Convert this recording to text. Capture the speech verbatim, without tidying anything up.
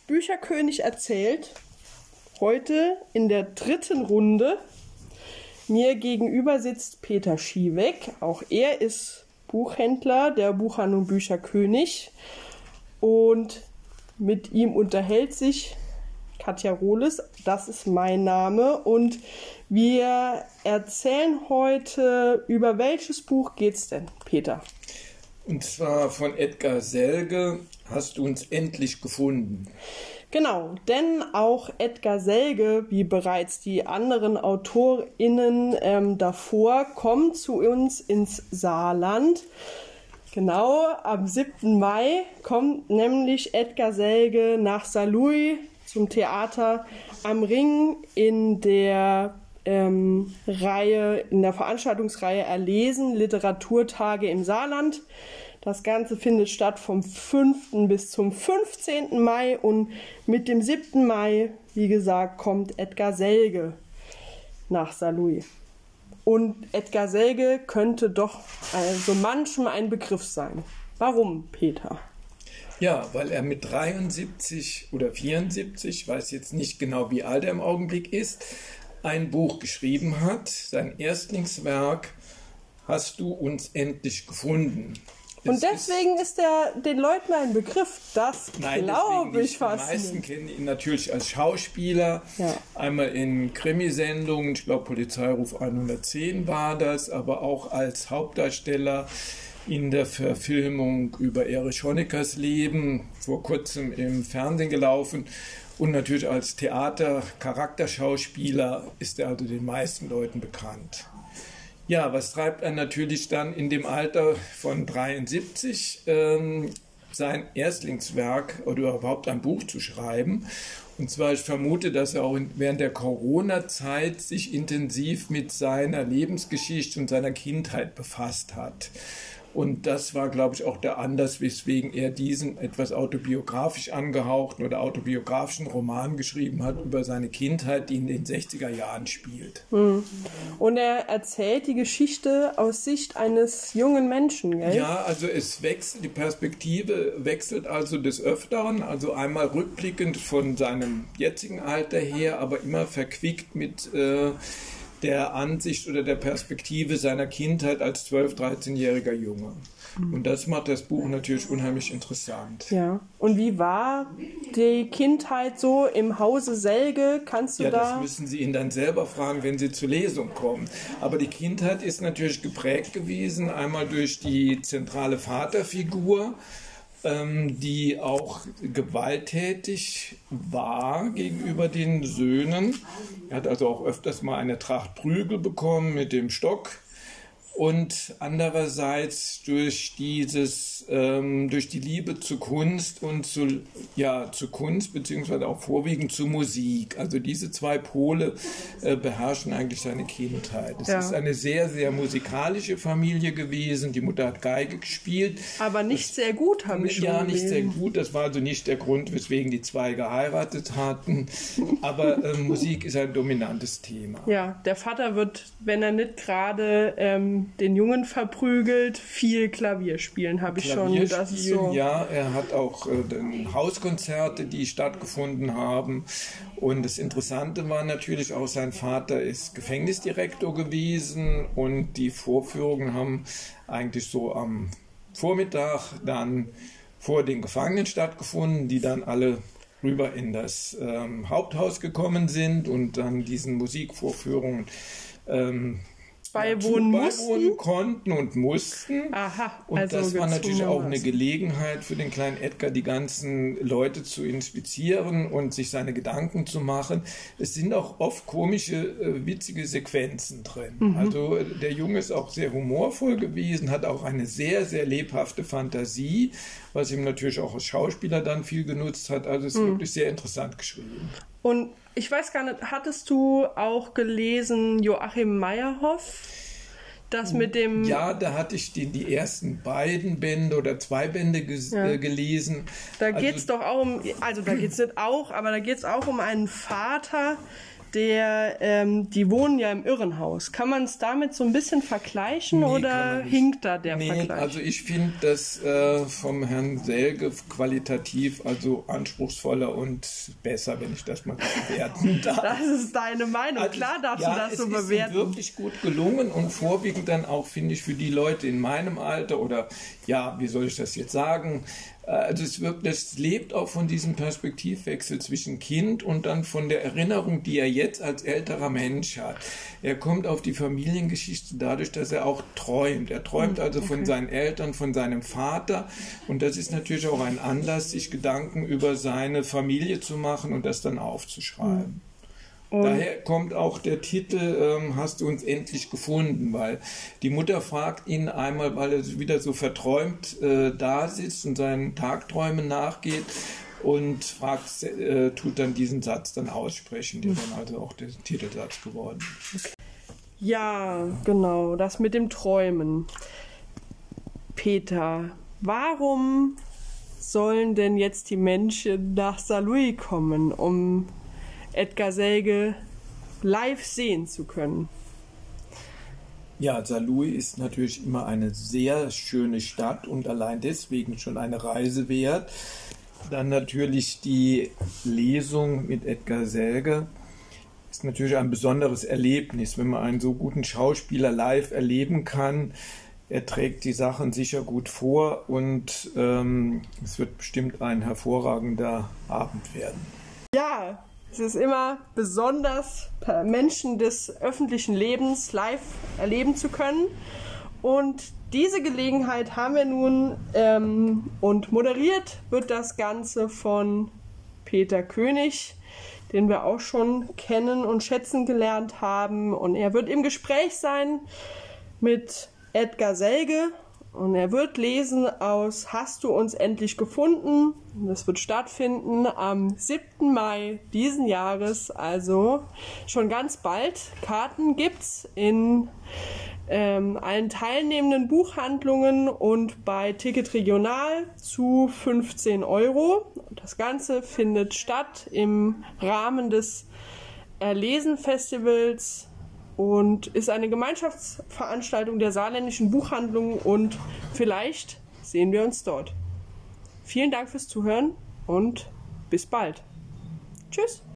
Bücherkönig erzählt. Heute in der dritten Runde. Mir gegenüber sitzt Peter Schieweck. Auch er ist Buchhändler der Buchhandlung Bücherkönig. Und mit ihm unterhält sich Katja Rohles. Das ist mein Name. Und wir erzählen heute, über welches Buch geht's denn, Peter? Und zwar von Edgar Selge, Hast du uns endlich gefunden. Genau, denn auch Edgar Selge, wie bereits die anderen AutorInnen ähm, davor, kommt zu uns ins Saarland. Genau, am siebten Mai kommt nämlich Edgar Selge nach Saarlouis zum Theater am Ring in der ähm, Reihe, in der Veranstaltungsreihe Erlesen, Literaturtage im Saarland. Das Ganze findet statt vom fünften bis zum fünfzehnten Mai und mit dem siebten Mai, wie gesagt, kommt Edgar Selge nach Saarlouis. Und Edgar Selge könnte doch also manchem ein Begriff sein. Warum, Peter? Ja, weil er mit dreiundsiebzig oder vierundsiebzig, ich weiß jetzt nicht genau, wie alt er im Augenblick ist, ein Buch geschrieben hat, sein Erstlingswerk, Hast du uns endlich gefunden. Und deswegen ist, ist er den Leuten ein Begriff, das glaube ich fast. Die meisten kennen ihn natürlich als Schauspieler, ja. Einmal in Krimisendungen, ich glaube Polizeiruf hundertzehn war das, aber auch als Hauptdarsteller in der Verfilmung über Erich Honeckers Leben, vor kurzem im Fernsehen gelaufen. Und natürlich als Theater-Charakterschauspieler ist er also den meisten Leuten bekannt. Ja, was treibt er natürlich dann in dem Alter von dreiundsiebzig, ähm, sein Erstlingswerk oder überhaupt ein Buch zu schreiben? Und zwar, ich vermute, dass er auch während der Corona-Zeit sich intensiv mit seiner Lebensgeschichte und seiner Kindheit befasst hat. Und das war, glaube ich, auch der Anlass, weswegen er diesen etwas autobiografisch angehauchten oder autobiografischen Roman geschrieben hat über seine Kindheit, die in den sechziger Jahren spielt. Und er erzählt die Geschichte aus Sicht eines jungen Menschen, gell? Ja, also es wechselt, die Perspektive wechselt also des Öfteren, also einmal rückblickend von seinem jetzigen Alter her, aber immer verquickt mit äh, der Ansicht oder der Perspektive seiner Kindheit als zwölf-, dreizehnjähriger Junge. Und das macht das Buch natürlich unheimlich interessant. Ja. Und wie war die Kindheit so im Hause Selge? Kannst du ja, da... Ja, das müssen Sie ihn dann selber fragen, wenn Sie zur Lesung kommen. Aber die Kindheit ist natürlich geprägt gewesen, einmal durch die zentrale Vaterfigur, die auch gewalttätig war gegenüber den Söhnen. Er hat also auch öfters mal eine Tracht Prügel bekommen mit dem Stock. Und andererseits durch dieses, ähm, durch die Liebe zu Kunst und zu, ja, zu Kunst, beziehungsweise auch vorwiegend zu Musik. Also diese zwei Pole äh, beherrschen eigentlich seine Kindheit. Es ja. ist eine sehr, sehr musikalische Familie gewesen. Die Mutter hat Geige gespielt. Aber nicht das, sehr gut, habe ich schon Ja, gelesen. nicht sehr gut. Das war also nicht der Grund, weswegen die zwei geheiratet hatten. Aber äh, Musik ist ein dominantes Thema. Ja, der Vater wird, wenn er nicht gerade ähm, den Jungen verprügelt, viel Klavier spielen, habe ich schon. Das ist so. Ja, er hat auch äh, Hauskonzerte, die stattgefunden haben. Und das Interessante war natürlich auch, sein Vater ist Gefängnisdirektor gewesen und die Vorführungen haben eigentlich so am Vormittag dann vor den Gefangenen stattgefunden, die dann alle rüber in das ähm, Haupthaus gekommen sind und dann diesen Musikvorführungen ähm, beiwohnen mussten? konnten und mussten. Aha, und also das war natürlich auch eine Gelegenheit für den kleinen Edgar, die ganzen Leute zu inspizieren und sich seine Gedanken zu machen. Es sind auch oft komische, äh, witzige Sequenzen drin. Mhm. Also der Junge ist auch sehr humorvoll gewesen, hat auch eine sehr, sehr lebhafte Fantasie, was ihm natürlich auch als Schauspieler dann viel genutzt hat. Also es ist mhm. wirklich sehr interessant geschrieben. Und ich weiß gar nicht, hattest du auch gelesen Joachim Meyerhoff? Das mit dem... Ja, da hatte ich die, die ersten beiden Bände oder zwei Bände ges- ja. äh, gelesen. Da geht es also, doch auch um, also da geht es nicht auch, aber da geht es auch um einen Vater, der, ähm, die wohnen ja im Irrenhaus. Kann man es damit so ein bisschen vergleichen Nee, oder hinkt da der nee, Vergleich? Also ich finde das äh, vom Herrn Selge qualitativ also anspruchsvoller und besser, wenn ich das mal bewerten darf. Das ist deine Meinung. Also, Klar darfst ja, du das es so ist bewerten. ihm wirklich gut gelungen und vorwiegend dann auch, finde ich, für die Leute in meinem Alter oder, ja, wie soll ich das jetzt sagen, also es, wirkt, es lebt auch von diesem Perspektivwechsel zwischen Kind und dann von der Erinnerung, die er jetzt als älterer Mensch hat. Er kommt auf die Familiengeschichte dadurch, dass er auch träumt. Er träumt also von okay. seinen Eltern, von seinem Vater und das ist natürlich auch ein Anlass, sich Gedanken über seine Familie zu machen und das dann aufzuschreiben. Und daher kommt auch der Titel, ähm, hast du uns endlich gefunden, weil die Mutter fragt ihn einmal, weil er wieder so verträumt äh, da sitzt und seinen Tagträumen nachgeht und fragt, äh, tut dann diesen Satz dann aussprechen, der dann also auch der Titelsatz geworden ist. Ja, genau, das mit dem Träumen. Peter, warum sollen denn jetzt die Menschen nach Saarlouis kommen, um Edgar Selge live sehen zu können? Ja, Saarlouis ist natürlich immer eine sehr schöne Stadt und allein deswegen schon eine Reise wert. Dann natürlich die Lesung mit Edgar Selge ist natürlich ein besonderes Erlebnis, wenn man einen so guten Schauspieler live erleben kann. Er trägt die Sachen sicher gut vor und ähm, es wird bestimmt ein hervorragender Abend werden. Ja, es ist immer besonders, Menschen des öffentlichen Lebens live erleben zu können. Und diese Gelegenheit haben wir nun ähm, und moderiert wird das Ganze von Peter König, den wir auch schon kennen und schätzen gelernt haben. Und er wird im Gespräch sein mit Edgar Selge. Und er wird lesen aus Hast du uns endlich gefunden? Das wird stattfinden am siebten Mai diesen Jahres, also schon ganz bald. Karten gibt's in ähm, allen teilnehmenden Buchhandlungen und bei Ticket Regional zu fünfzehn Euro. Das Ganze findet statt im Rahmen des Erlesen-Festivals und ist eine Gemeinschaftsveranstaltung der saarländischen Buchhandlung und vielleicht sehen wir uns dort. Vielen Dank fürs Zuhören und bis bald. Tschüss.